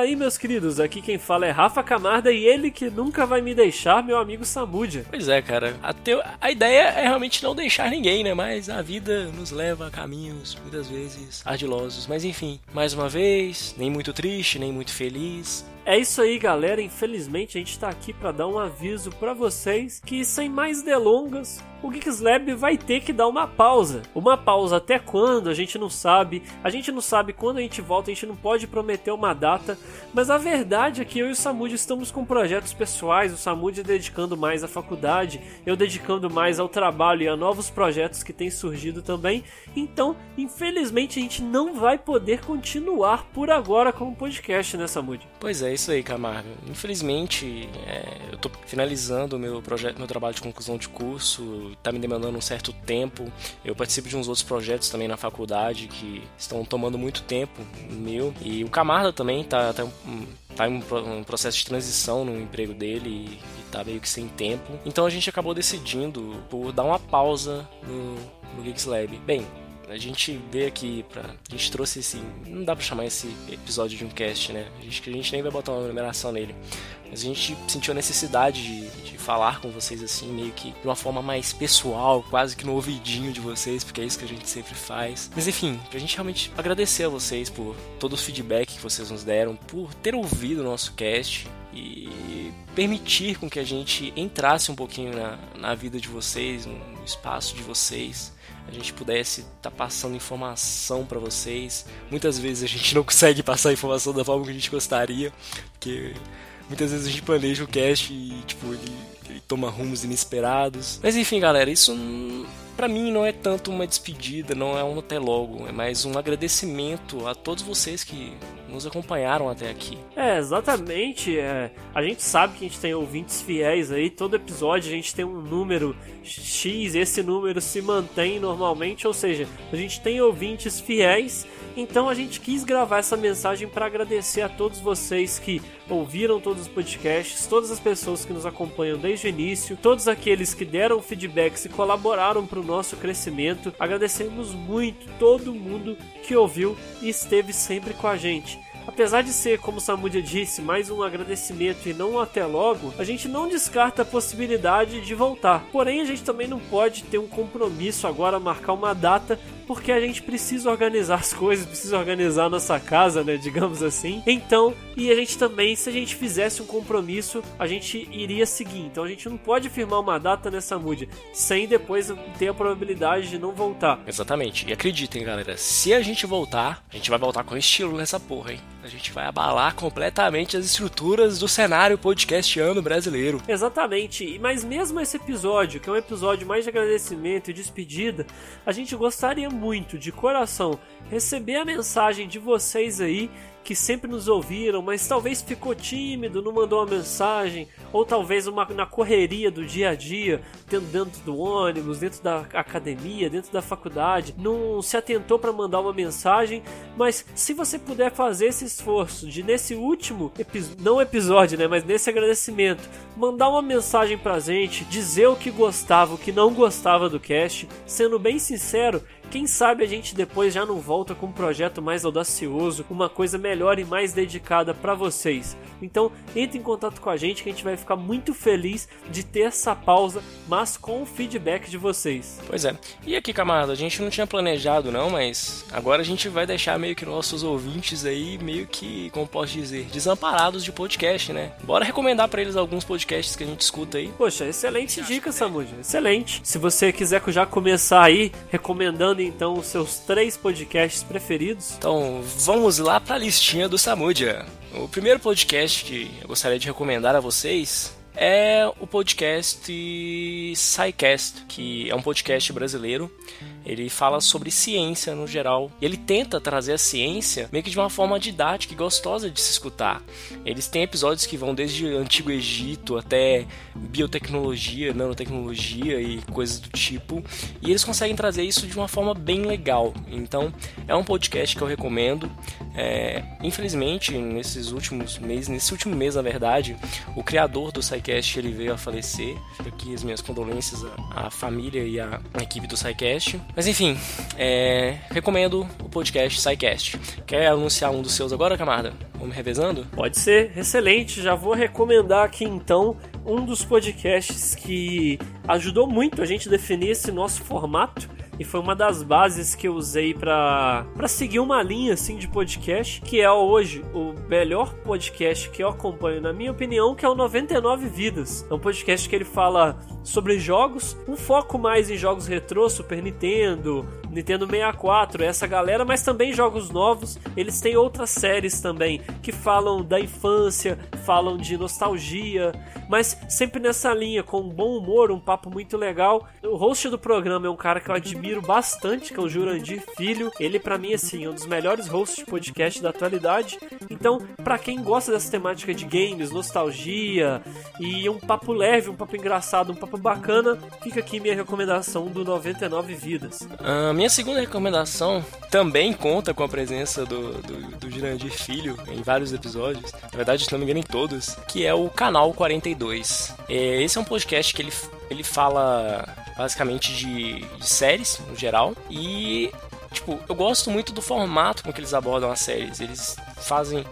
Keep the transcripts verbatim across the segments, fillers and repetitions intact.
aí, meus queridos, aqui quem fala é Rafa Camarda e ele que nunca vai me deixar, meu amigo Samúdia. Pois é, cara, a, teo... a ideia é realmente não deixar ninguém, né, mas a vida nos leva a caminhos, muitas vezes, ardilosos, mas enfim, mais uma vez, nem muito triste, nem muito feliz. É isso aí, galera, infelizmente a gente tá aqui pra dar um aviso pra vocês que, sem mais delongas, o Geeks Lab vai ter que dar uma pausa. Uma pausa até quando, a gente não sabe. A gente não sabe quando a gente volta, a gente não pode prometer uma data. Mas a verdade é que eu e o Samúdio estamos com projetos pessoais. O Samúdio dedicando mais à faculdade, eu dedicando mais ao trabalho e a novos projetos que têm surgido também. Então, infelizmente, a gente não vai poder continuar por agora com o podcast, né, Samúdio? Pois é, isso aí, Camargo. Infelizmente, é, eu tô finalizando o meu projeto, meu trabalho de conclusão de curso. Tá me demandando um certo tempo. Eu participo de uns outros projetos também na faculdade que estão tomando muito tempo meu. E o Camarda também tá, tá, tá em um processo de transição no emprego dele e, e tá meio que sem tempo. Então a gente acabou decidindo por dar uma pausa no, no Geeks Lab. Bem, a gente veio aqui pra... A gente trouxe esse... Não dá pra chamar esse episódio de um cast, né? A gente, a gente nem vai botar uma numeração nele. Mas a gente sentiu a necessidade de, de falar com vocês assim, meio que de uma forma mais pessoal, quase que no ouvidinho de vocês, porque é isso que a gente sempre faz. Mas enfim, pra gente realmente agradecer a vocês por todo o feedback que vocês nos deram, por ter ouvido o nosso cast e permitir com que a gente entrasse um pouquinho na, na vida de vocês, no espaço de vocês. A gente pudesse estar tá passando informação para vocês. Muitas vezes a gente não consegue passar a informação da forma que a gente gostaria, porque muitas vezes a gente planeja o cast e tipo, ele, ele toma rumos inesperados. Mas enfim, galera, isso pra mim não é tanto uma despedida, não é um até logo, é mais um agradecimento a todos vocês que nos acompanharam até aqui. É, exatamente. É, a gente sabe que a gente tem ouvintes fiéis aí, todo episódio a gente tem um número X, esse número se mantém normalmente, ou seja, a gente tem ouvintes fiéis. Então a gente quis gravar essa mensagem para agradecer a todos vocês que ouviram todos os podcasts, todas as pessoas que nos acompanham desde o início, todos aqueles que deram feedbacks e colaboraram para o nosso crescimento. Agradecemos muito todo mundo que ouviu e esteve sempre com a gente. Apesar de ser, como o Samúdia disse, mais um agradecimento e não um até logo, a gente não descarta a possibilidade de voltar. Porém, a gente também não pode ter um compromisso agora, marcar uma data, porque a gente precisa organizar as coisas, precisa organizar a nossa casa, né, digamos assim. Então, e a gente também, se a gente fizesse um compromisso, a gente iria seguir. Então a gente não pode firmar uma data nessa múdia, sem depois ter a probabilidade de não voltar. Exatamente, e acreditem, galera, se a gente voltar, a gente vai voltar com estilo nessa porra, hein? A gente vai abalar completamente as estruturas do cenário podcastiano brasileiro. Exatamente, mas mesmo esse episódio, que é um episódio mais de agradecimento e despedida, a gente gostaria muito, de coração, receber a mensagem de vocês aí que sempre nos ouviram, mas talvez ficou tímido, não mandou uma mensagem, ou talvez uma, na correria do dia a dia, dentro do ônibus, dentro da academia, dentro da faculdade, não se atentou para mandar uma mensagem. Mas se você puder fazer esse esforço de nesse último episódio, não episódio, né, mas nesse agradecimento, mandar uma mensagem pra gente, dizer o que gostava, o que não gostava do cast, sendo bem sincero, quem sabe a gente depois já não volta com um projeto mais audacioso, uma coisa melhor e mais dedicada para vocês. Então entre em contato com a gente que a gente vai ficar muito feliz de ter essa pausa, mas com o feedback de vocês. Pois é. E aqui, camarada, a gente não tinha planejado não, mas agora a gente vai deixar meio que nossos ouvintes aí, meio que, como posso dizer, desamparados de podcast, né? Bora recomendar para eles alguns podcasts que a gente escuta aí. Poxa, excelente dica, Samúdia. Excelente. Se você quiser já começar aí recomendando então os seus três podcasts preferidos. Então vamos lá para a listinha do Samúdia. O primeiro podcast que eu gostaria de recomendar a vocês é o podcast SciCast, que é um podcast brasileiro. Ele fala sobre ciência no geral. Ele tenta trazer a ciência meio que de uma forma didática e gostosa de se escutar. Eles têm episódios que vão desde o Antigo Egito até biotecnologia, nanotecnologia e coisas do tipo. E eles conseguem trazer isso de uma forma bem legal. Então, é um podcast que eu recomendo. É, infelizmente, nesses últimos meses, nesse último mês, na verdade, o criador do SciCast ele veio a falecer. Fica aqui as minhas condolências à, à família e à equipe do SciCast. Mas enfim, é... recomendo o podcast SciCast. Quer anunciar um dos seus agora, camarada? Vamos revezando? Pode ser, excelente. Já vou recomendar aqui então um dos podcasts que ajudou muito a gente definir esse nosso formato. E foi uma das bases que eu usei pra, pra seguir uma linha assim de podcast, que é hoje o melhor podcast que eu acompanho, na minha opinião, que é o noventa e nove Vidas. É um podcast que ele fala sobre jogos, um foco mais em jogos retrô, Super Nintendo, Nintendo sessenta e quatro, essa galera, mas também jogos novos. Eles têm outras séries também que falam da infância, falam de nostalgia, mas sempre nessa linha, com um bom humor, um papo muito legal. O host do programa é um cara que eu admiro bastante, que é o Jurandir Filho. Ele, pra mim, assim, é um dos melhores hosts de podcast da atualidade. Então, pra quem gosta dessa temática de games, nostalgia e um papo leve, um papo engraçado, um papo bacana, fica aqui minha recomendação do noventa e nove Vidas. A minha segunda recomendação também conta com a presença do, do, do Jurandir Filho em vários episódios, na verdade, se não me engano, em todos, que é o Canal quarenta e dois. Esse é um podcast que ele, ele fala basicamente de, de séries, no geral, e tipo, eu gosto muito do formato com que eles abordam as séries. Eles fazem...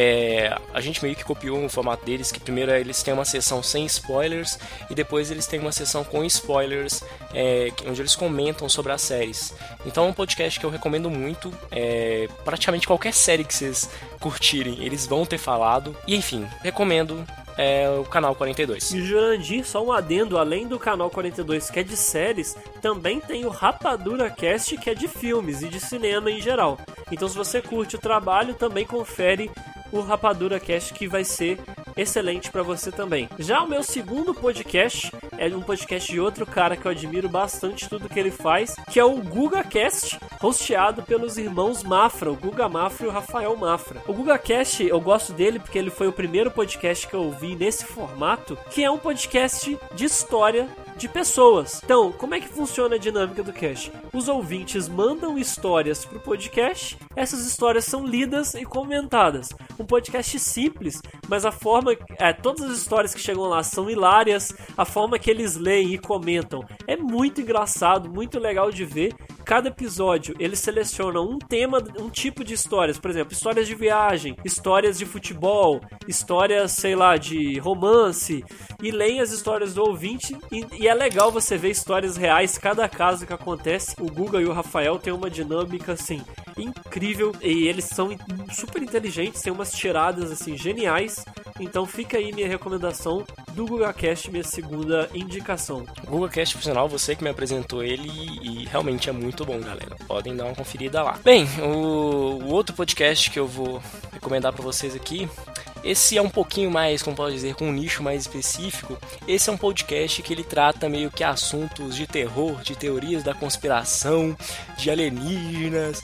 É, a gente meio que copiou o formato deles, que primeiro eles têm uma sessão sem spoilers e depois eles têm uma sessão com spoilers, é, onde eles comentam sobre as séries. Então é um podcast que eu recomendo muito. É, praticamente qualquer série que vocês curtirem, eles vão ter falado. E enfim, recomendo é, o Canal quarenta e dois. E Jurandir, só um adendo, além do Canal quarenta e dois, que é de séries, também tem o Rapadura Cast, que é de filmes e de cinema em geral. Então se você curte o trabalho, também confere o Rapadura Cast, que vai ser excelente para você também. Já o meu segundo podcast é um podcast de outro cara que eu admiro bastante tudo que ele faz, que é o GugaCast, hosteado pelos irmãos Mafra, o Guga Mafra e o Rafael Mafra. O GugaCast, eu gosto dele porque ele foi o primeiro podcast que eu ouvi nesse formato, que é um podcast de história de pessoas. Então, como é que funciona a dinâmica do cast? Os ouvintes mandam histórias pro podcast, essas histórias são lidas e comentadas. Um podcast simples, mas a forma... É, todas as histórias que chegam lá são hilárias, a forma que eles leem e comentam é muito engraçado, muito legal de ver. Cada episódio, eles selecionam um tema, um tipo de histórias. Por exemplo, histórias de viagem, histórias de futebol, histórias, sei lá, de romance, e leem as histórias do ouvinte, e, e é legal você ver histórias reais, cada caso que acontece. O Guga e o Rafael têm uma dinâmica, assim, incrível, e eles são super inteligentes, têm umas tiradas, assim, geniais. Então fica aí minha recomendação do GugaCast, minha segunda indicação. O GugaCast, por sinal, você que me apresentou ele, e, e realmente é muito bom, galera. Podem dar uma conferida lá. Bem, o, o outro podcast que eu vou recomendar pra vocês aqui, esse é um pouquinho mais, como posso dizer, com um nicho mais específico. Esse é um podcast que ele trata meio que assuntos de terror, de teorias da conspiração, de alienígenas,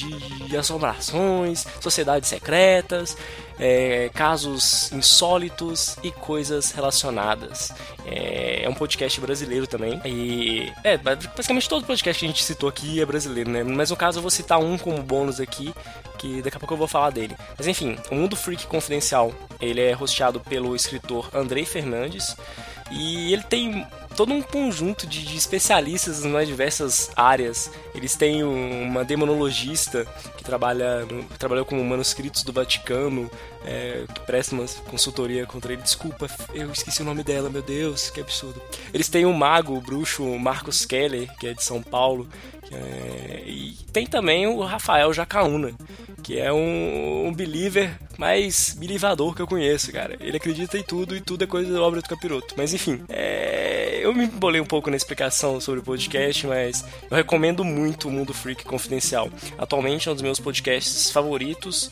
de assombrações, sociedades secretas, é, casos insólitos e coisas relacionadas. É, é um podcast brasileiro também. E é, basicamente todo podcast que a gente citou aqui é brasileiro, né? Mas no caso eu vou citar um como bônus aqui, que daqui a pouco eu vou falar dele. Mas enfim, o Mundo Freak Confidencial, ele é hosteado pelo escritor Andrei Fernandes, e ele tem todo um conjunto de, de especialistas nas diversas áreas. Eles têm uma demonologista que trabalha no, trabalhou com manuscritos do Vaticano, é, que presta uma consultoria contra ele. Desculpa, eu esqueci o nome dela, meu Deus, que absurdo. Eles têm um mago, o bruxo Marcos Keller, que é de São Paulo, que é, e tem também o Rafael Jacaúna, que é um, um believer mais belivador que eu conheço, cara. Ele acredita em tudo e tudo é coisa da obra do capiroto. Mas enfim, é, eu me embolei um pouco na explicação sobre o podcast, mas eu recomendo muito o Mundo Freak Confidencial. Atualmente é um dos meus podcasts favoritos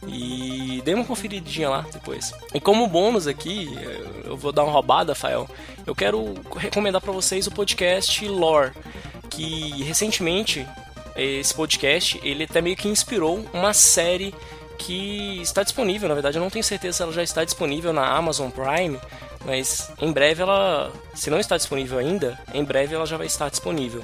e dê uma conferidinha lá depois. E como bônus aqui, eu vou dar uma roubada, Rafael. Eu quero recomendar pra vocês o podcast Lore, que recentemente esse podcast, ele até meio que inspirou uma série que está disponível. Na verdade, eu não tenho certeza se ela já está disponível na Amazon Prime, mas em breve ela, se não está disponível ainda, em breve ela já vai estar disponível.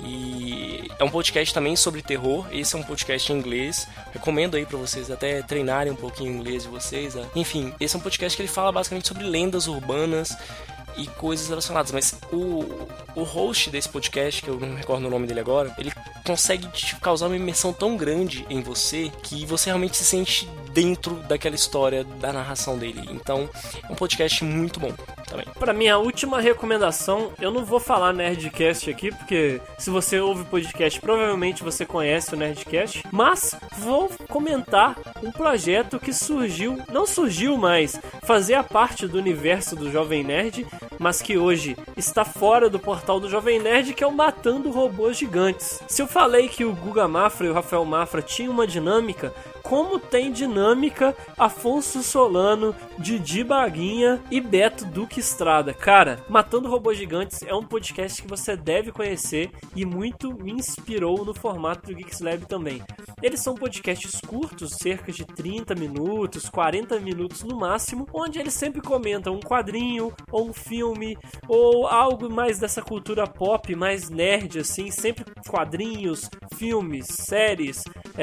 E é um podcast também sobre terror. Esse é um podcast em inglês. Recomendo aí para vocês até treinarem um pouquinho o inglês de vocês. Enfim, esse é um podcast que ele fala basicamente sobre lendas urbanas. e coisas relacionadas. Mas o, o host desse podcast, que eu não me recordo o nome dele agora, ele consegue te causar uma imersão tão grande em você que você realmente se sente dentro daquela história, da narração dele. Então, é um podcast muito bom também. Pra minha última recomendação, eu não vou falar Nerdcast aqui, porque se você ouve podcast, provavelmente você conhece o Nerdcast, mas vou comentar um projeto que surgiu, não surgiu mais, fazia parte do universo do Jovem Nerd, mas que hoje está fora do portal do Jovem Nerd, que é o Matando Robôs Gigantes. Se eu falei que o Guga Mafra e o Rafael Mafra tinham uma dinâmica, como tem dinâmica Afonso Solano, Didi Baguinha e Beto Duque Estrada. Cara, Matando Robôs Gigantes é um podcast que você deve conhecer e muito me inspirou no formato do Geeks Lab também. Eles são podcasts curtos, cerca de trinta minutos, quarenta minutos no máximo, onde eles sempre comentam um quadrinho, ou um filme, ou algo mais dessa cultura pop, mais nerd, assim, sempre quadrinhos, filmes, séries,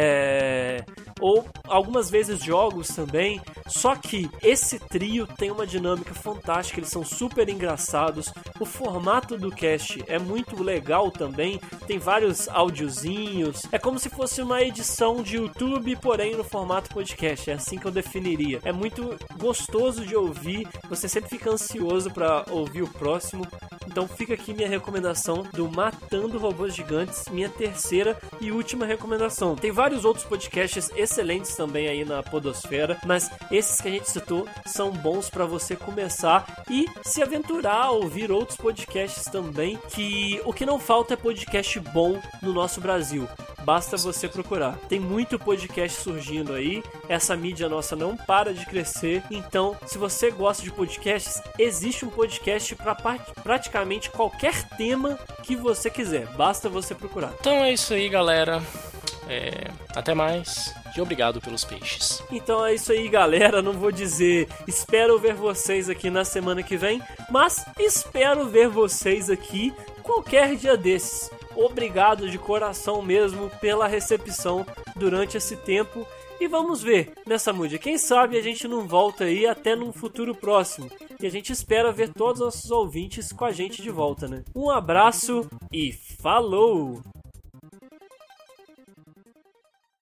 é... ou algumas vezes jogos também. Só que esse trio tem uma dinâmica fantástica, eles são super engraçados, o formato do cast é muito legal também, tem vários áudiozinhos, é como se fosse uma edição de YouTube, porém no formato podcast, é assim que eu definiria. É muito gostoso de ouvir, você sempre fica ansioso para ouvir o próximo. Então fica aqui minha recomendação do Matando Robôs Gigantes, minha terceira e última recomendação. Tem vários outros podcasts excelentes também aí na podosfera, mas esses que a gente citou são bons para você começar e se aventurar a ouvir outros podcasts também, que o que não falta é podcast bom no nosso Brasil. Basta você procurar. Tem muito podcast surgindo aí, essa mídia nossa não para de crescer, então se você gosta de podcasts, existe um podcast para praticamente qualquer tema que você quiser, basta você procurar. Então é isso aí, galera. É... Até mais. E obrigado pelos peixes. Então é isso aí, galera. Não vou dizer espero ver vocês aqui na semana que vem, mas espero ver vocês aqui qualquer dia desses. Obrigado de coração mesmo pela recepção durante esse tempo. E vamos ver nessa música. Quem sabe a gente não volta aí até num futuro próximo. E a gente espera ver todos os nossos ouvintes com a gente de volta, né? Um abraço e falou!